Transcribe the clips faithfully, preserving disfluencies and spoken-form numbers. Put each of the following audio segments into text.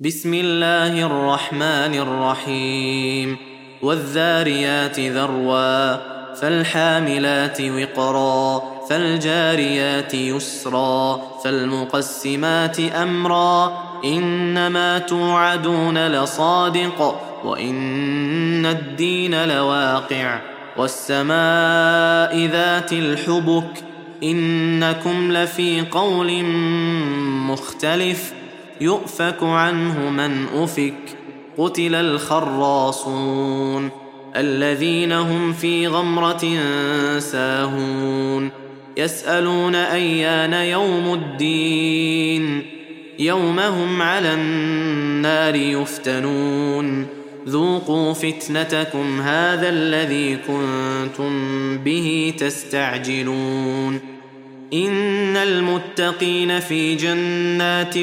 بسم الله الرحمن الرحيم والذاريات ذروا فالحاملات وقرا فالجاريات يسرا فالمقسمات أمرا إنما توعدون لصادق وإن الدين لواقع والسماء ذات الحبك إنكم لفي قول مختلف يؤفك عنه من أفك قتل الخراصون الذين هم في غمرة ساهون يسألون أيان يوم الدين يوم هم على النار يفتنون ذوقوا فتنتكم هذا الذي كنتم به تستعجلون إن المتقين في جنات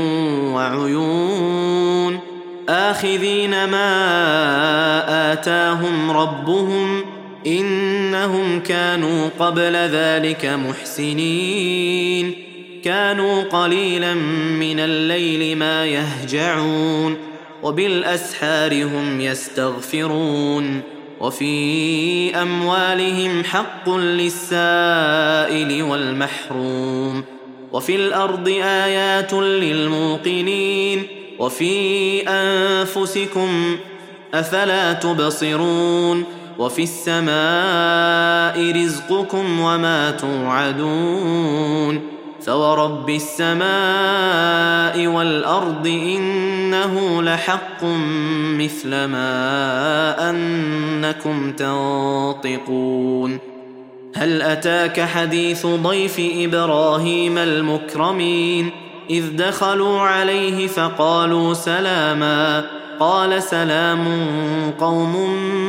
وعيون آخذين ما آتاهم ربهم إنهم كانوا قبل ذلك محسنين كانوا قليلا من الليل ما يهجعون وبالأسحار هم يستغفرون وفي أموالهم حق للسائل والمحروم وفي الأرض آيات للموقنين وفي أنفسكم أفلا تبصرون وفي السماء رزقكم وما توعدون فورب السماء والأرض إنه لحق مثل ما أنكم تنطقون هل أتاك حديث ضيف إبراهيم المكرمين إذ دخلوا عليه فقالوا سلاما قال سلام قوم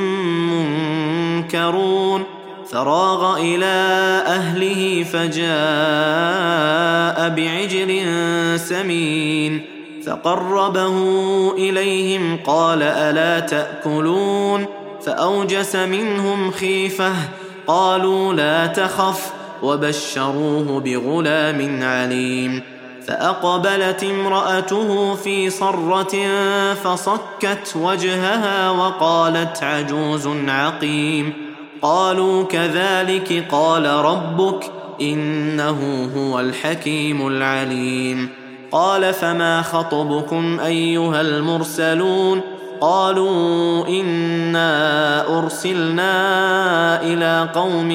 منكرون فراغ إلى أهله فجاء بعجل سمين فقربه إليهم قال ألا تأكلون فأوجس منهم خيفة قالوا لا تخف وبشروه بغلام عليم فأقبلت امرأته في صرة فصكت وجهها وقالت عجوز عقيم قالوا كذلك قال ربك إنه هو الحكيم العليم قال فما خطبكم أيها المرسلون قالوا إنا أرسلنا إلى قوم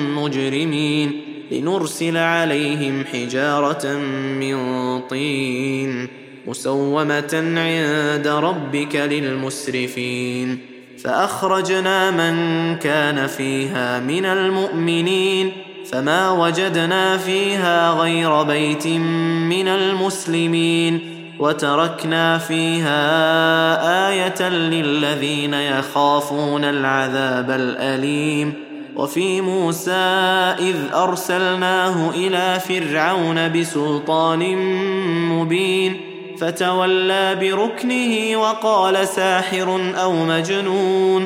مجرمين لنرسل عليهم حجارة من طين مسومة عند ربك للمسرفين فأخرجنا من كان فيها من المؤمنين فما وجدنا فيها غير بيت من المسلمين وتركنا فيها آية للذين يخافون العذاب الأليم وفي موسى إذ أرسلناه إلى فرعون بسلطان مبين فتولى بركنه وقال ساحر أو مجنون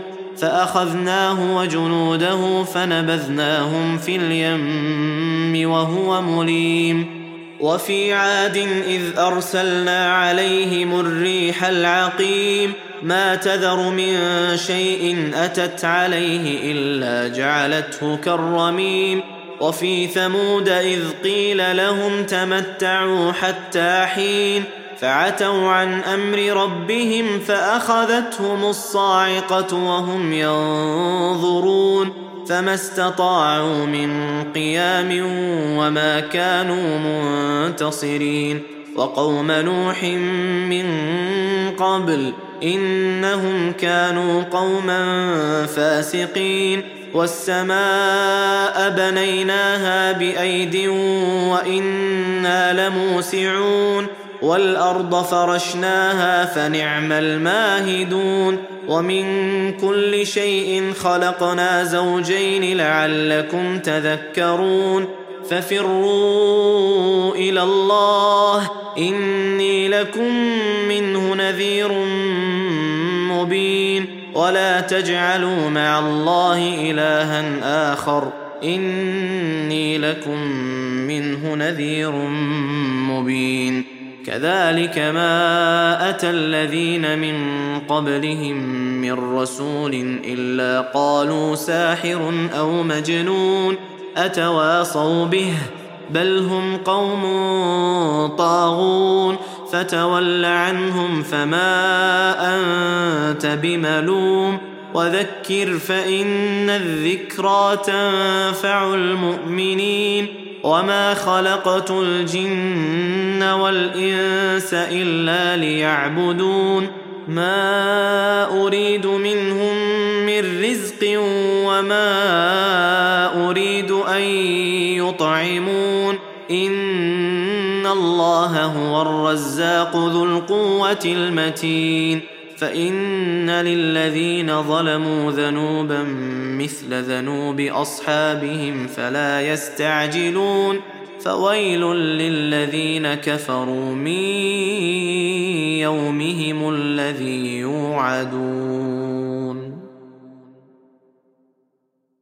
فأخذناه وجنوده فنبذناهم في اليم وهو مليم وفي عاد إذ أرسلنا عليهم الريح العقيم ما تذر من شيء أتت عليه إلا جعلته كالرميم وفي ثمود إذ قيل لهم تمتعوا حتى حين فعتوا عن أمر ربهم فأخذتهم الصاعقة وهم ينظرون فما استطاعوا من قيام وما كانوا منتصرين وقوم نوح من قبل إنهم كانوا قوما فاسقين والسماء بنيناها بأيد وإنا لموسعون والأرض فرشناها فنعم الماهدون ومن كل شيء خلقنا زوجين لعلكم تذكرون ففروا إلى الله إني لكم منه نذير مبين ولا تجعلوا مع الله إلها آخر إني لكم منه نذير مبين كذلك ما أتى الذين من قبلهم من رسول إلا قالوا ساحر أو مجنون أتواصوا به بل هم قوم طاغون فتول عنهم فما أنت بملوم وذكر فإن الذكرى تنفع المؤمنين وما خلقت الجن والإنس إلا ليعبدون ما أريد منهم من رزق وما أريد أن يطعمون إن الله هو الرزاق ذو القوة المتين فإن للذين ظلموا ذنوبا مثل ذنوب أصحابهم فلا يستعجلون فويل للذين كفروا من يومهم الذي يوعدون